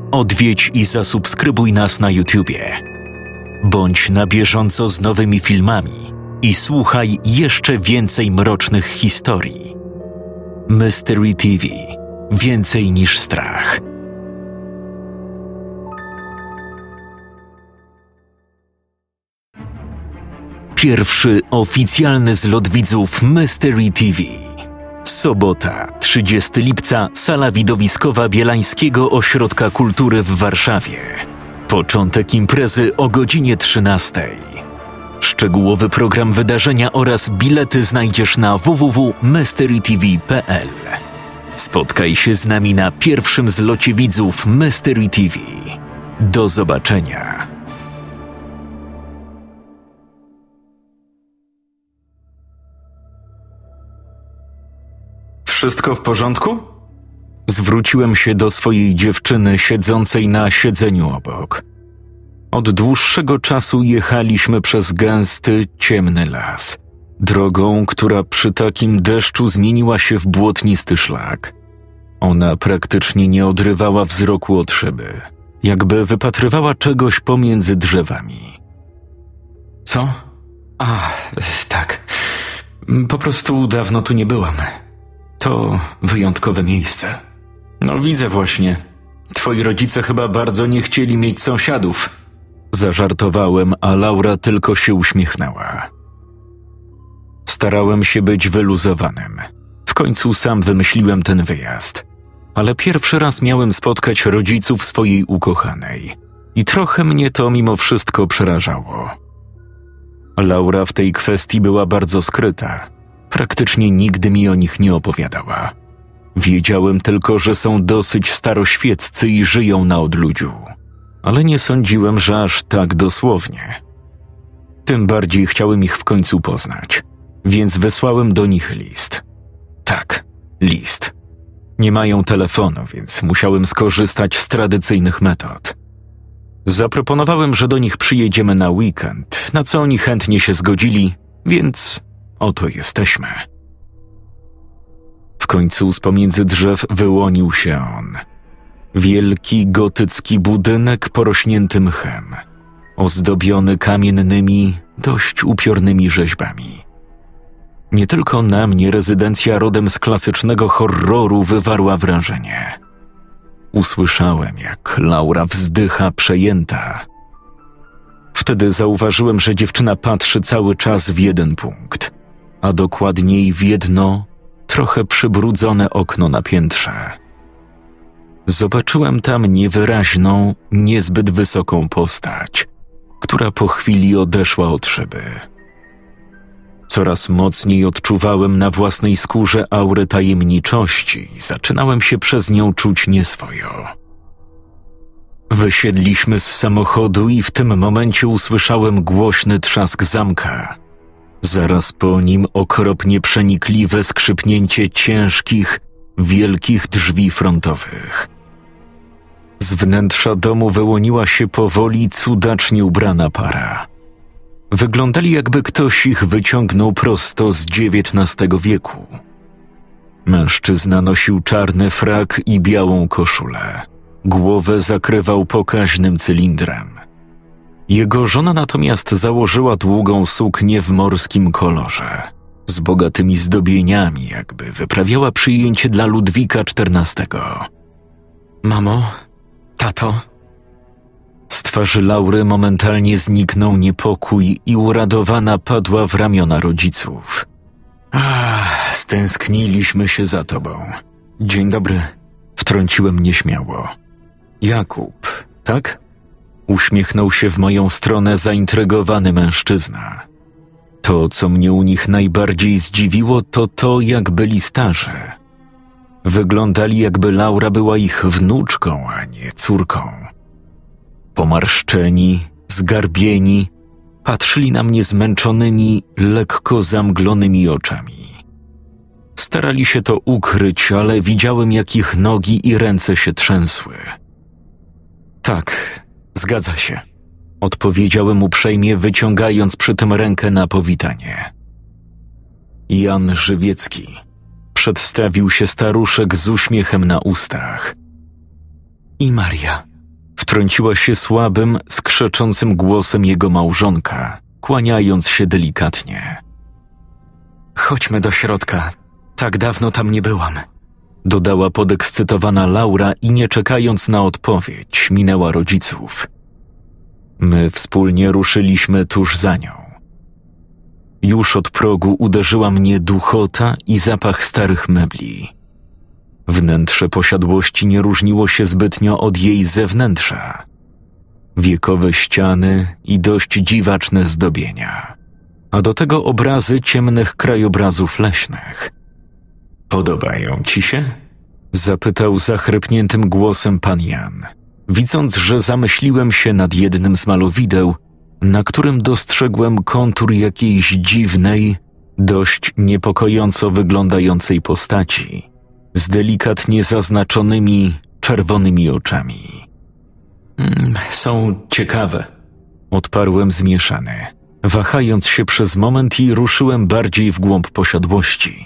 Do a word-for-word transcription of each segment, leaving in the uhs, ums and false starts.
odwiedź i zasubskrybuj nas na YouTubie. Bądź na bieżąco z nowymi filmami i słuchaj jeszcze więcej mrocznych historii. Mystery T V. Więcej niż strach. Pierwszy oficjalny zlot widzów Mystery T V. Sobota, trzydziestego lipca, sala widowiskowa Bielańskiego Ośrodka Kultury w Warszawie. Początek imprezy o godzinie trzynastej. Szczegółowy program wydarzenia oraz bilety znajdziesz na w w w kropka mystery t v kropka p l. Spotkaj się z nami na pierwszym zlocie widzów Mystery T V. Do zobaczenia. Wszystko w porządku? Zwróciłem się do swojej dziewczyny siedzącej na siedzeniu obok. Od dłuższego czasu jechaliśmy przez gęsty, ciemny las. Drogą, która przy takim deszczu zmieniła się w błotnisty szlak. Ona praktycznie nie odrywała wzroku od szyby, jakby wypatrywała czegoś pomiędzy drzewami. Co? A, tak. Po prostu dawno tu nie byłam. To wyjątkowe miejsce. No widzę właśnie. Twoi rodzice chyba bardzo nie chcieli mieć sąsiadów. Zażartowałem, a Laura tylko się uśmiechnęła. Starałem się być wyluzowanym. W końcu sam wymyśliłem ten wyjazd. Ale pierwszy raz miałem spotkać rodziców swojej ukochanej. I trochę mnie to mimo wszystko przerażało. Laura w tej kwestii była bardzo skryta. Praktycznie nigdy mi o nich nie opowiadała. Wiedziałem tylko, że są dosyć staroświeccy i żyją na odludziu. Ale nie sądziłem, że aż tak dosłownie. Tym bardziej chciałem ich w końcu poznać, więc wysłałem do nich list. Tak, list. Nie mają telefonu, więc musiałem skorzystać z tradycyjnych metod. Zaproponowałem, że do nich przyjedziemy na weekend, na co oni chętnie się zgodzili, więc oto jesteśmy. W końcu z pomiędzy drzew wyłonił się on. Wielki gotycki budynek porośnięty mchem, ozdobiony kamiennymi, dość upiornymi rzeźbami. Nie tylko na mnie rezydencja rodem z klasycznego horroru wywarła wrażenie. Usłyszałem, jak Laura wzdycha przejęta. Wtedy zauważyłem, że dziewczyna patrzy cały czas w jeden punkt, a dokładniej w jedno, trochę przybrudzone okno na piętrze. Zobaczyłem tam niewyraźną, niezbyt wysoką postać, która po chwili odeszła od szyby. Coraz mocniej odczuwałem na własnej skórze aurę tajemniczości i zaczynałem się przez nią czuć nieswojo. Wysiedliśmy z samochodu i w tym momencie usłyszałem głośny trzask zamka. Zaraz po nim okropnie przenikliwe skrzypnięcie ciężkich, wielkich drzwi frontowych. Z wnętrza domu wyłoniła się powoli cudacznie ubrana para. Wyglądali, jakby ktoś ich wyciągnął prosto z dziewiętnastego wieku. Mężczyzna nosił czarny frak i białą koszulę. Głowę zakrywał pokaźnym cylindrem. Jego żona natomiast założyła długą suknię w morskim kolorze, z bogatymi zdobieniami, jakby wyprawiała przyjęcie dla Ludwika czternastego. Mamo, tato. Z twarzy Laury momentalnie zniknął niepokój i uradowana padła w ramiona rodziców. Ach, stęskniliśmy się za tobą. Dzień dobry, wtrąciłem nieśmiało. Jakub, tak? Uśmiechnął się w moją stronę zaintrygowany mężczyzna. To, co mnie u nich najbardziej zdziwiło, to to, jak byli starzy. Wyglądali, jakby Laura była ich wnuczką, a nie córką. Pomarszczeni, zgarbieni, patrzyli na mnie zmęczonymi, lekko zamglonymi oczami. Starali się to ukryć, ale widziałem, jak ich nogi i ręce się trzęsły. Tak, zgadza się. Odpowiedziałem uprzejmie, wyciągając przy tym rękę na powitanie. Jan Żywiecki. Przedstawił się staruszek z uśmiechem na ustach. I Maria, Wtrąciła się słabym, skrzeczącym głosem jego małżonka, kłaniając się delikatnie. Chodźmy do środka. Tak dawno tam nie byłam. Dodała podekscytowana Laura i nie czekając na odpowiedź, minęła rodziców. My wspólnie ruszyliśmy tuż za nią. Już od progu uderzyła mnie duchota i zapach starych mebli. Wnętrze posiadłości nie różniło się zbytnio od jej zewnętrza. Wiekowe ściany i dość dziwaczne zdobienia, a do tego obrazy ciemnych krajobrazów leśnych. Podobają ci się? Zapytał zachrypniętym głosem pan Jan, widząc, że zamyśliłem się nad jednym z malowideł, na którym dostrzegłem kontur jakiejś dziwnej, dość niepokojąco wyglądającej postaci, z delikatnie zaznaczonymi czerwonymi oczami. Mm, są ciekawe, odparłem zmieszany, wahając się przez moment i ruszyłem bardziej w głąb posiadłości.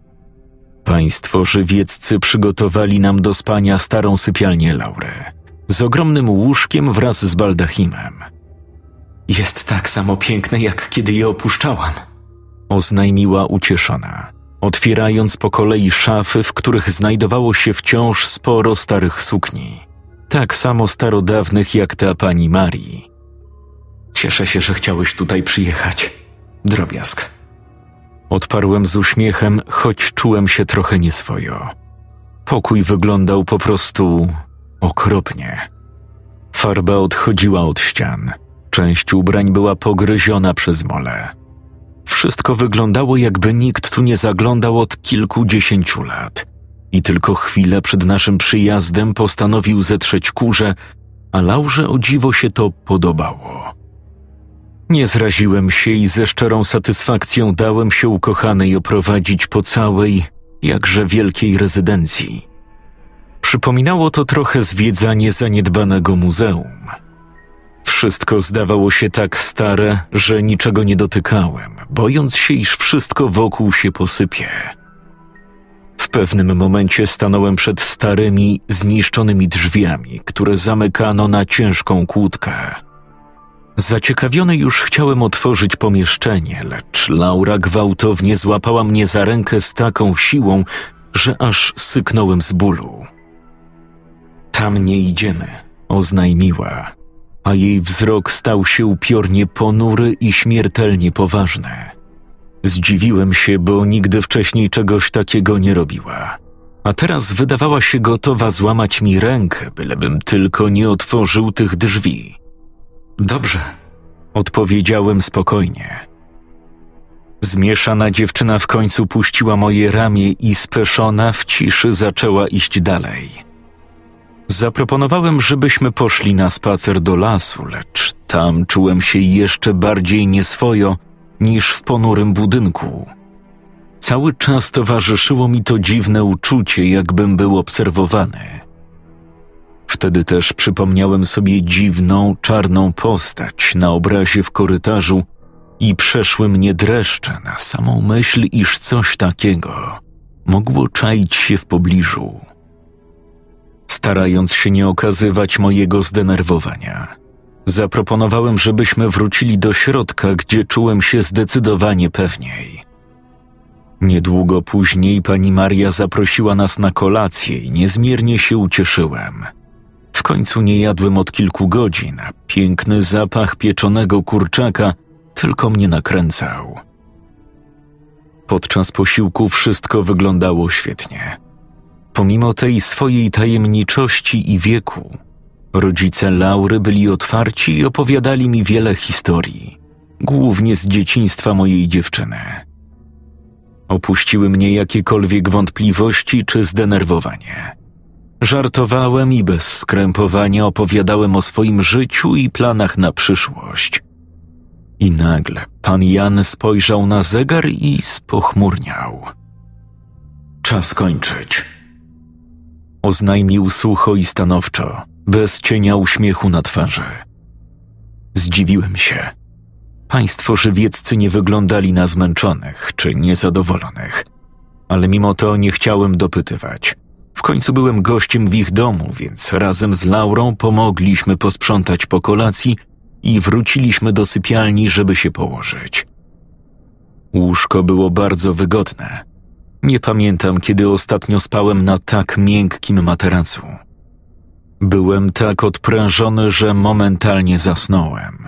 Państwo żywieccy przygotowali nam do spania starą sypialnię Laury, z ogromnym łóżkiem wraz z baldachimem. Jest tak samo piękne, jak kiedy je opuszczałam, oznajmiła ucieszona, otwierając po kolei szafy, w których znajdowało się wciąż sporo starych sukni, tak samo starodawnych jak ta pani Marii. Cieszę się, że chciałeś tutaj przyjechać. Drobiazg. Odparłem z uśmiechem, choć czułem się trochę nieswojo. Pokój wyglądał po prostu okropnie. Farba odchodziła od ścian. Część ubrań była pogryziona przez mole. Wszystko wyglądało, jakby nikt tu nie zaglądał od kilkudziesięciu lat. I tylko chwilę przed naszym przyjazdem postanowił zetrzeć kurze, a Laurze o dziwo się to podobało. Nie zraziłem się i ze szczerą satysfakcją dałem się ukochanej oprowadzić po całej, jakże wielkiej rezydencji. Przypominało to trochę zwiedzanie zaniedbanego muzeum. Wszystko zdawało się tak stare, że niczego nie dotykałem, bojąc się, iż wszystko wokół się posypie. W pewnym momencie stanąłem przed starymi, zniszczonymi drzwiami, które zamykano na ciężką kłódkę. Zaciekawiony już chciałem otworzyć pomieszczenie, lecz Laura gwałtownie złapała mnie za rękę z taką siłą, że aż syknąłem z bólu. Tam nie idziemy, oznajmiła, a jej wzrok stał się upiornie ponury i śmiertelnie poważny. Zdziwiłem się, bo nigdy wcześniej czegoś takiego nie robiła, a teraz wydawała się gotowa złamać mi rękę, bylebym tylko nie otworzył tych drzwi. Dobrze, odpowiedziałem spokojnie. Zmieszana dziewczyna w końcu puściła moje ramię i speszona w ciszy zaczęła iść dalej. Zaproponowałem, żebyśmy poszli na spacer do lasu, lecz tam czułem się jeszcze bardziej nieswojo niż w ponurym budynku. Cały czas towarzyszyło mi to dziwne uczucie, jakbym był obserwowany. Wtedy też przypomniałem sobie dziwną, czarną postać na obrazie w korytarzu i przeszły mnie dreszcze na samą myśl, iż coś takiego mogło czaić się w pobliżu. Starając się nie okazywać mojego zdenerwowania, zaproponowałem, żebyśmy wrócili do środka, gdzie czułem się zdecydowanie pewniej. Niedługo później pani Maria zaprosiła nas na kolację i niezmiernie się ucieszyłem. W końcu nie jadłem od kilku godzin, a piękny zapach pieczonego kurczaka tylko mnie nakręcał. Podczas posiłku wszystko wyglądało świetnie. Pomimo tej swojej tajemniczości i wieku, rodzice Laury byli otwarci i opowiadali mi wiele historii, głównie z dzieciństwa mojej dziewczyny. Opuściły mnie jakiekolwiek wątpliwości czy zdenerwowanie. Żartowałem i bez skrępowania opowiadałem o swoim życiu i planach na przyszłość. I nagle pan Jan spojrzał na zegar i spochmurniał. Czas kończyć. Oznajmił sucho i stanowczo, bez cienia uśmiechu na twarzy. Zdziwiłem się. Państwo żywieccy nie wyglądali na zmęczonych czy niezadowolonych, ale mimo to nie chciałem dopytywać. W końcu byłem gościem w ich domu, więc razem z Laurą pomogliśmy posprzątać po kolacji i wróciliśmy do sypialni, żeby się położyć. Łóżko było bardzo wygodne. Nie pamiętam, kiedy ostatnio spałem na tak miękkim materacu. Byłem tak odprężony, że momentalnie zasnąłem.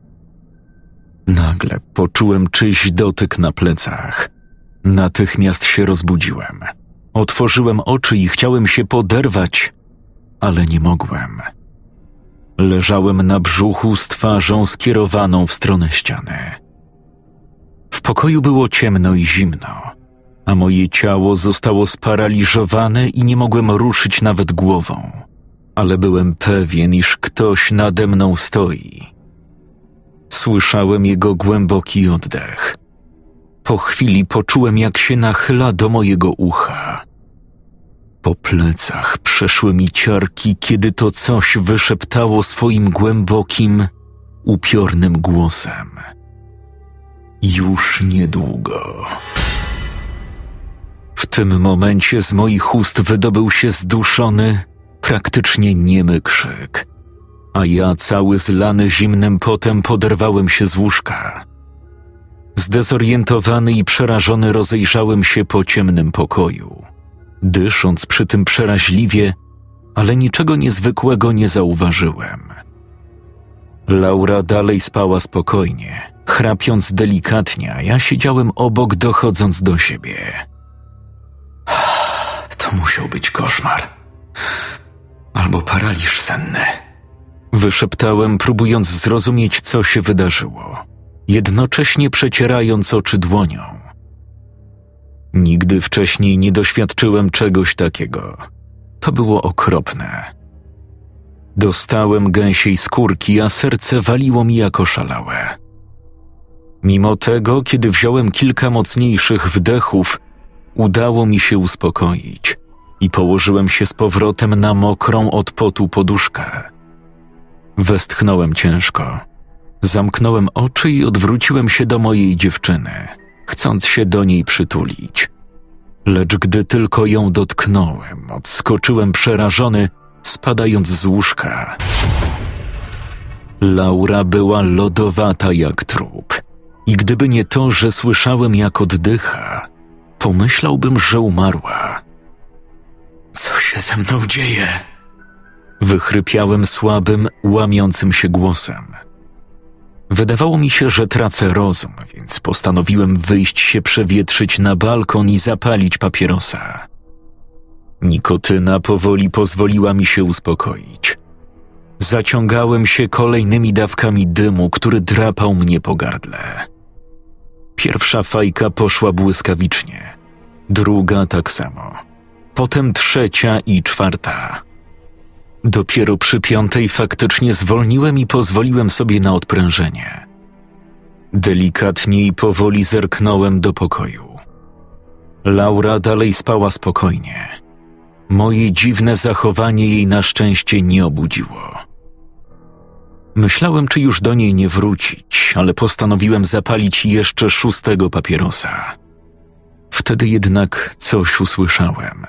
Nagle poczułem czyjś dotyk na plecach. Natychmiast się rozbudziłem. Otworzyłem oczy i chciałem się poderwać, ale nie mogłem. Leżałem na brzuchu z twarzą skierowaną w stronę ściany. W pokoju było ciemno i zimno, a moje ciało zostało sparaliżowane i nie mogłem ruszyć nawet głową, ale byłem pewien, iż ktoś nade mną stoi. Słyszałem jego głęboki oddech. Po chwili poczułem, jak się nachyla do mojego ucha. Po plecach przeszły mi ciarki, kiedy to coś wyszeptało swoim głębokim, upiornym głosem. Już niedługo. W tym momencie z moich ust wydobył się zduszony, praktycznie niemy krzyk, a ja cały zlany zimnym potem poderwałem się z łóżka. Zdezorientowany i przerażony rozejrzałem się po ciemnym pokoju, dysząc przy tym przeraźliwie, ale niczego niezwykłego nie zauważyłem. Laura dalej spała spokojnie, chrapiąc delikatnie, a ja siedziałem obok, dochodząc do siebie. To musiał być koszmar. Albo paraliż senny. Wyszeptałem, próbując zrozumieć, co się wydarzyło, jednocześnie przecierając oczy dłonią. Nigdy wcześniej nie doświadczyłem czegoś takiego. To było okropne. Dostałem gęsiej skórki, a serce waliło mi jak oszalałe. Mimo tego, kiedy wziąłem kilka mocniejszych wdechów, udało mi się uspokoić i położyłem się z powrotem na mokrą od potu poduszkę. Westchnąłem ciężko. Zamknąłem oczy i odwróciłem się do mojej dziewczyny, chcąc się do niej przytulić. Lecz gdy tylko ją dotknąłem, odskoczyłem przerażony, spadając z łóżka. Laura była lodowata jak trup i gdyby nie to, że słyszałem, jak oddycha, pomyślałbym, że umarła. Co się ze mną dzieje? Wychrypiałem słabym, łamiącym się głosem. Wydawało mi się, że tracę rozum, więc postanowiłem wyjść się przewietrzyć na balkon i zapalić papierosa. Nikotyna powoli pozwoliła mi się uspokoić. Zaciągałem się kolejnymi dawkami dymu, który drapał mnie po gardle. Pierwsza fajka poszła błyskawicznie, druga tak samo, potem trzecia i czwarta. Dopiero przy piątej faktycznie zwolniłem i pozwoliłem sobie na odprężenie. Delikatnie i powoli zerknąłem do pokoju. Laura dalej spała spokojnie. Moje dziwne zachowanie jej na szczęście nie obudziło. Myślałem, czy już do niej nie wrócić, ale postanowiłem zapalić jeszcze szóstego papierosa. Wtedy jednak coś usłyszałem.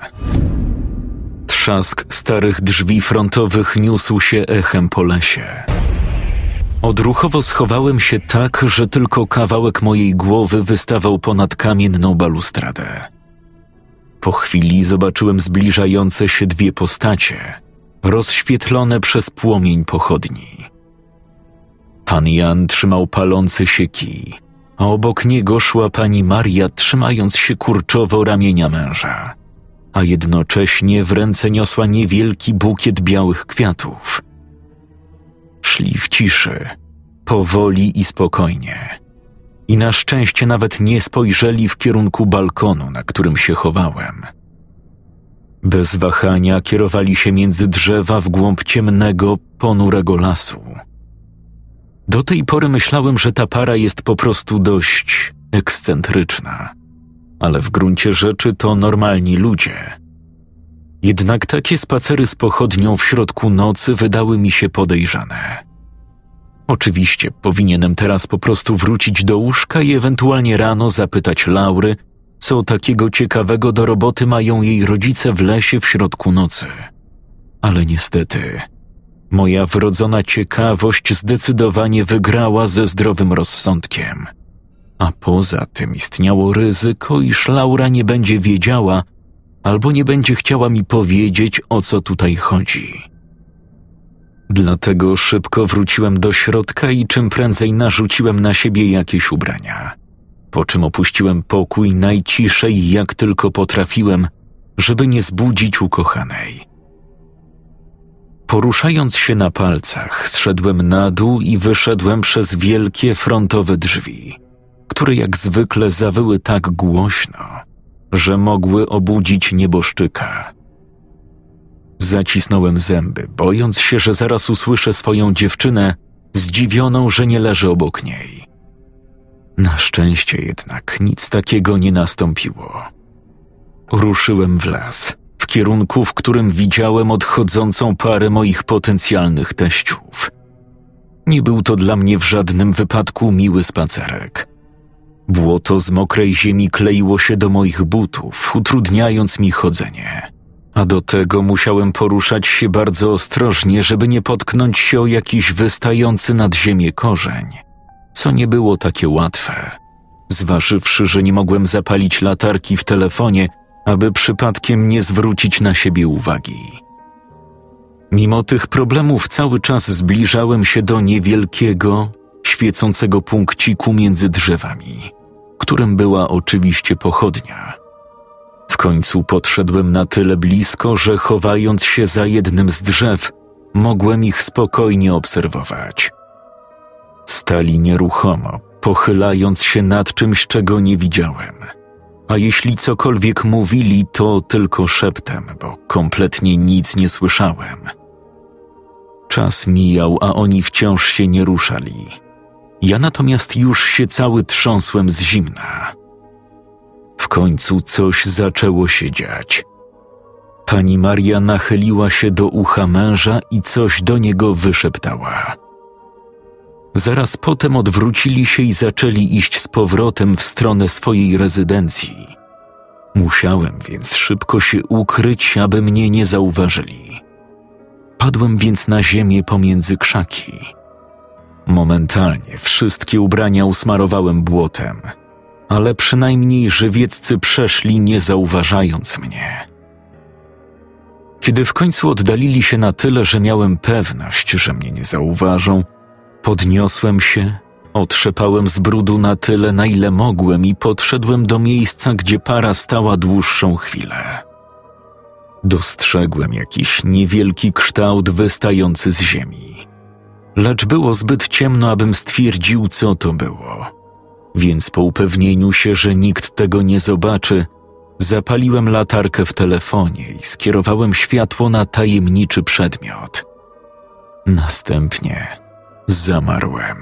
Trzask starych drzwi frontowych niósł się echem po lesie. Odruchowo schowałem się tak, że tylko kawałek mojej głowy wystawał ponad kamienną balustradę. Po chwili zobaczyłem zbliżające się dwie postacie, rozświetlone przez płomień pochodni. Pan Jan trzymał palący się kij, a obok niego szła pani Maria, trzymając się kurczowo ramienia męża, a jednocześnie w ręce niosła niewielki bukiet białych kwiatów. Szli w ciszy, powoli i spokojnie. I na szczęście nawet nie spojrzeli w kierunku balkonu, na którym się chowałem. Bez wahania kierowali się między drzewa w głąb ciemnego, ponurego lasu. Do tej pory myślałem, że ta para jest po prostu dość ekscentryczna, ale w gruncie rzeczy to normalni ludzie. Jednak takie spacery z pochodnią w środku nocy wydały mi się podejrzane. Oczywiście powinienem teraz po prostu wrócić do łóżka i ewentualnie rano zapytać Laury, co takiego ciekawego do roboty mają jej rodzice w lesie w środku nocy. Ale niestety, moja wrodzona ciekawość zdecydowanie wygrała ze zdrowym rozsądkiem. A poza tym istniało ryzyko, iż Laura nie będzie wiedziała albo nie będzie chciała mi powiedzieć, o co tutaj chodzi. Dlatego szybko wróciłem do środka i czym prędzej narzuciłem na siebie jakieś ubrania, po czym opuściłem pokój najciszej jak tylko potrafiłem, żeby nie zbudzić ukochanej. Poruszając się na palcach, zszedłem na dół i wyszedłem przez wielkie frontowe drzwi, które jak zwykle zawyły tak głośno, że mogły obudzić nieboszczyka. Zacisnąłem zęby, bojąc się, że zaraz usłyszę swoją dziewczynę, zdziwioną, że nie leży obok niej. Na szczęście jednak nic takiego nie nastąpiło. Ruszyłem w las, w kierunku, w którym widziałem odchodzącą parę moich potencjalnych teściów. Nie był to dla mnie w żadnym wypadku miły spacerek. Błoto z mokrej ziemi kleiło się do moich butów, utrudniając mi chodzenie. A do tego musiałem poruszać się bardzo ostrożnie, żeby nie potknąć się o jakiś wystający nad ziemię korzeń, co nie było takie łatwe, zważywszy, że nie mogłem zapalić latarki w telefonie, aby przypadkiem nie zwrócić na siebie uwagi. Mimo tych problemów cały czas zbliżałem się do niewielkiego, świecącego punkciku między drzewami, którym była oczywiście pochodnia. W końcu podszedłem na tyle blisko, że chowając się za jednym z drzew, mogłem ich spokojnie obserwować. Stali nieruchomo, pochylając się nad czymś, czego nie widziałem. A jeśli cokolwiek mówili, to tylko szeptem, bo kompletnie nic nie słyszałem. Czas mijał, a oni wciąż się nie ruszali. Ja natomiast już się cały trząsłem z zimna. W końcu coś zaczęło się dziać. Pani Maria nachyliła się do ucha męża i coś do niego wyszeptała. Zaraz potem odwrócili się i zaczęli iść z powrotem w stronę swojej rezydencji. Musiałem więc szybko się ukryć, aby mnie nie zauważyli. Padłem więc na ziemię pomiędzy krzaki. Momentalnie wszystkie ubrania usmarowałem błotem, ale przynajmniej żywieccy przeszli, nie zauważając mnie. Kiedy w końcu oddalili się na tyle, że miałem pewność, że mnie nie zauważą, podniosłem się, otrzepałem z brudu na tyle, na ile mogłem i podszedłem do miejsca, gdzie para stała dłuższą chwilę. Dostrzegłem jakiś niewielki kształt wystający z ziemi. Lecz było zbyt ciemno, abym stwierdził, co to było. Więc po upewnieniu się, że nikt tego nie zobaczy, zapaliłem latarkę w telefonie i skierowałem światło na tajemniczy przedmiot. Następnie zamarłem.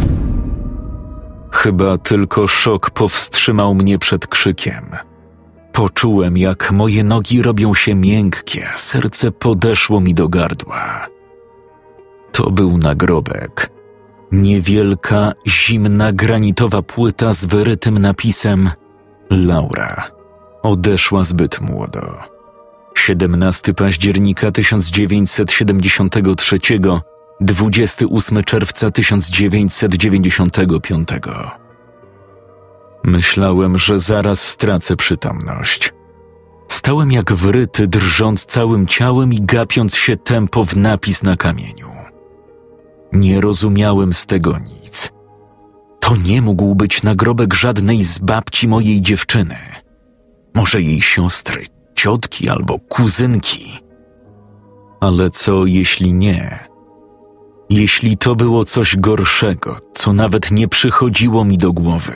Chyba tylko szok powstrzymał mnie przed krzykiem. Poczułem, jak moje nogi robią się miękkie, a serce podeszło mi do gardła. To był nagrobek. Niewielka, zimna, granitowa płyta z wyrytym napisem Laura. Odeszła zbyt młodo. siedemnastego października tysiąc dziewięćset siedemdziesiątego trzeciego, dwudziestego ósmego czerwca tysiąc dziewięćset dziewięćdziesiątego piątego. Myślałem, że zaraz stracę przytomność. Stałem jak wryty, drżąc całym ciałem i gapiąc się tępo w napis na kamieniu. Nie rozumiałem z tego nic. To nie mógł być nagrobek żadnej z babci mojej dziewczyny. Może jej siostry, ciotki albo kuzynki. Ale co jeśli nie? Jeśli to było coś gorszego, co nawet nie przychodziło mi do głowy.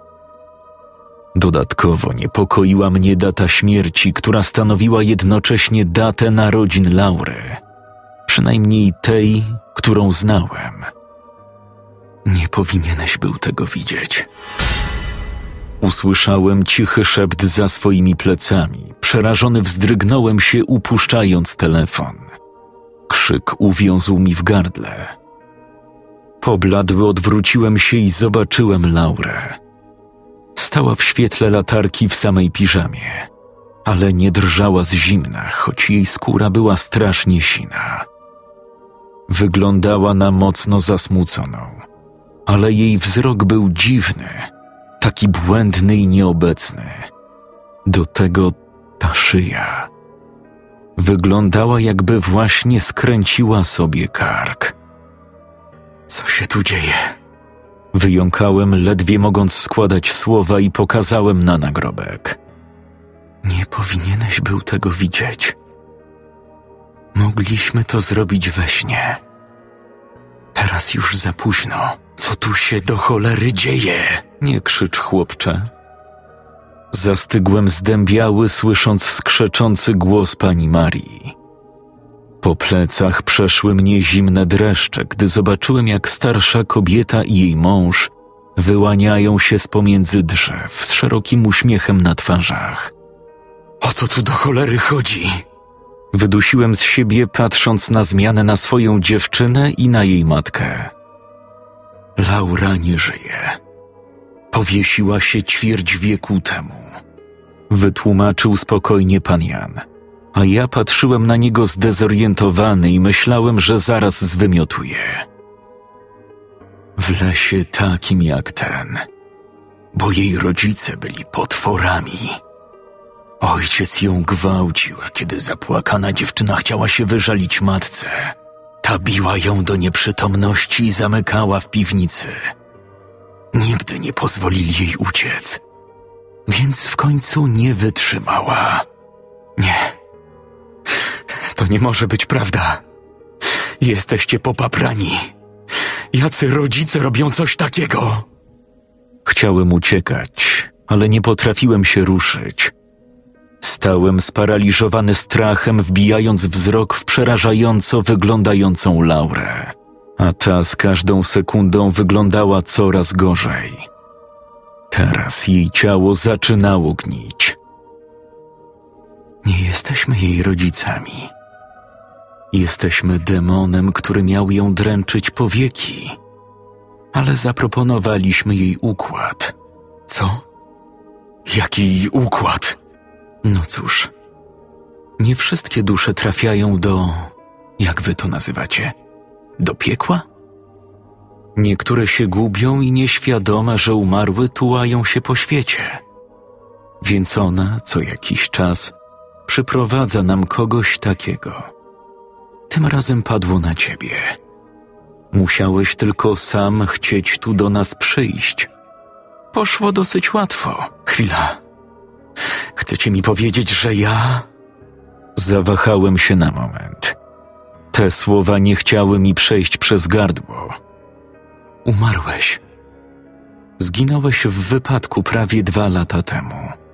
Dodatkowo niepokoiła mnie data śmierci, która stanowiła jednocześnie datę narodzin Laury. Przynajmniej tej, którą znałem. Nie powinieneś był tego widzieć. Usłyszałem cichy szept za swoimi plecami. Przerażony wzdrygnąłem się, upuszczając telefon. Krzyk uwiązł mi w gardle. Pobladły odwróciłem się i zobaczyłem Laurę. Stała w świetle latarki w samej piżamie, ale nie drżała z zimna, choć jej skóra była strasznie sina. Wyglądała na mocno zasmuconą, ale jej wzrok był dziwny, taki błędny i nieobecny. Do tego ta szyja. Wyglądała, jakby właśnie skręciła sobie kark. Co się tu dzieje? Wyjąkałem, ledwie mogąc składać słowa, i pokazałem na nagrobek. Nie powinieneś był tego widzieć. Mogliśmy to zrobić we śnie. Teraz już za późno. Co tu się do cholery dzieje? Nie krzycz, chłopcze. Zastygłem zdębiały, słysząc skrzeczący głos pani Marii. Po plecach przeszły mnie zimne dreszcze, gdy zobaczyłem, jak starsza kobieta i jej mąż wyłaniają się z pomiędzy drzew z szerokim uśmiechem na twarzach. O co tu do cholery chodzi? Wydusiłem z siebie, patrząc na zmianę na swoją dziewczynę i na jej matkę. Laura nie żyje. Powiesiła się ćwierć wieku temu. Wytłumaczył spokojnie pan Jan, a ja patrzyłem na niego zdezorientowany i myślałem, że zaraz zwymiotuje. W lesie takim jak ten, bo jej rodzice byli potworami. Ojciec ją gwałcił, a kiedy zapłakana dziewczyna chciała się wyżalić matce, ta biła ją do nieprzytomności i zamykała w piwnicy. Nigdy nie pozwolili jej uciec, więc w końcu nie wytrzymała. Nie, to nie może być prawda. Jesteście popaprani. Jacy rodzice robią coś takiego? Chciałem uciekać, ale nie potrafiłem się ruszyć. Stałem sparaliżowany strachem, wbijając wzrok w przerażająco wyglądającą Laurę, a ta z każdą sekundą wyglądała coraz gorzej. Teraz jej ciało zaczynało gnić. Nie jesteśmy jej rodzicami. Jesteśmy demonem, który miał ją dręczyć po wieki. Ale zaproponowaliśmy jej układ. Co? Jaki układ? No cóż, nie wszystkie dusze trafiają do... jak wy to nazywacie? Do piekła? Niektóre się gubią i nieświadome, że umarły, tułają się po świecie. Więc ona co jakiś czas przyprowadza nam kogoś takiego. Tym razem padło na ciebie. Musiałeś tylko sam chcieć tu do nas przyjść. Poszło dosyć łatwo. Chwila. Chcecie mi powiedzieć, że ja... Zawahałem się na moment. Te słowa nie chciały mi przejść przez gardło. Umarłeś. Zginąłeś w wypadku prawie dwa lata temu.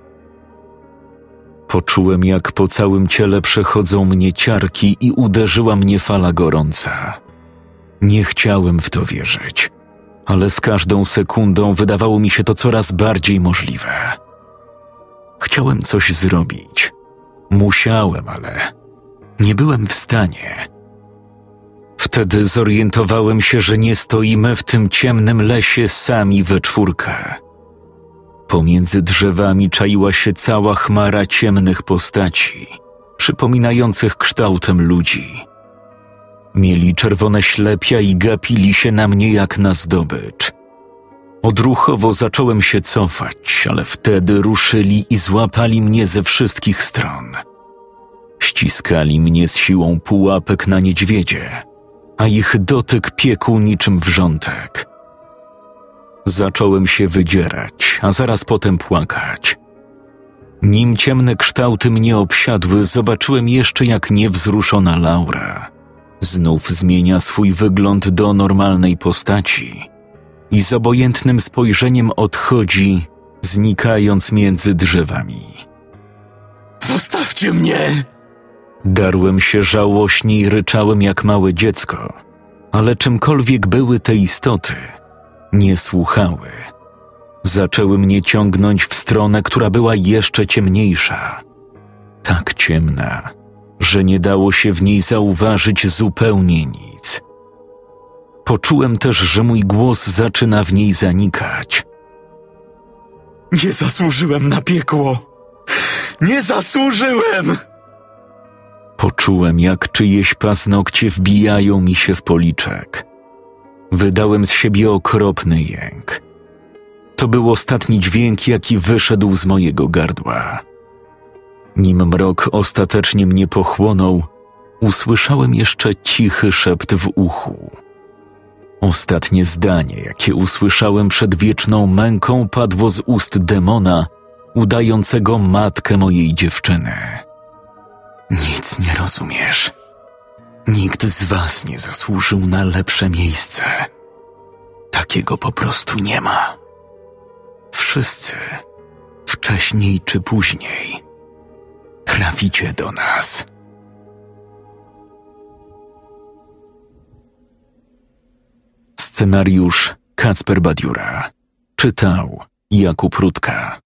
Poczułem, jak po całym ciele przechodzą mnie ciarki i uderzyła mnie fala gorąca. Nie chciałem w to wierzyć, ale z każdą sekundą wydawało mi się to coraz bardziej możliwe. Chciałem coś zrobić. Musiałem, ale nie byłem w stanie. Wtedy zorientowałem się, że nie stoimy w tym ciemnym lesie sami we czwórkę. Pomiędzy drzewami czaiła się cała chmara ciemnych postaci, przypominających kształtem ludzi. Mieli czerwone ślepia i gapili się na mnie jak na zdobycz. Odruchowo zacząłem się cofać, ale wtedy ruszyli i złapali mnie ze wszystkich stron. Ściskali mnie z siłą pułapek na niedźwiedzie, a ich dotyk piekł niczym wrzątek. Zacząłem się wydzierać, a zaraz potem płakać. Nim ciemne kształty mnie obsiadły, zobaczyłem jeszcze, jak niewzruszona Laura znów zmienia swój wygląd do normalnej postaci i z obojętnym spojrzeniem odchodzi, znikając między drzewami. Zostawcie mnie! Darłem się żałośnie i ryczałem jak małe dziecko, ale czymkolwiek były te istoty, nie słuchały. Zaczęły mnie ciągnąć w stronę, która była jeszcze ciemniejsza. Tak ciemna, że nie dało się w niej zauważyć zupełnie nic. Poczułem też, że mój głos zaczyna w niej zanikać. Nie zasłużyłem na piekło! Nie zasłużyłem! Poczułem, jak czyjeś paznokcie wbijają mi się w policzek. Wydałem z siebie okropny jęk. To był ostatni dźwięk, jaki wyszedł z mojego gardła. Nim mrok ostatecznie mnie pochłonął, usłyszałem jeszcze cichy szept w uchu. Ostatnie zdanie, jakie usłyszałem przed wieczną męką, padło z ust demona, udającego matkę mojej dziewczyny. Nic nie rozumiesz. Nikt z was nie zasłużył na lepsze miejsce. Takiego po prostu nie ma. Wszyscy, wcześniej czy później, traficie do nas. Scenariusz Kacper Badiura. Czytał Jakub Rutka.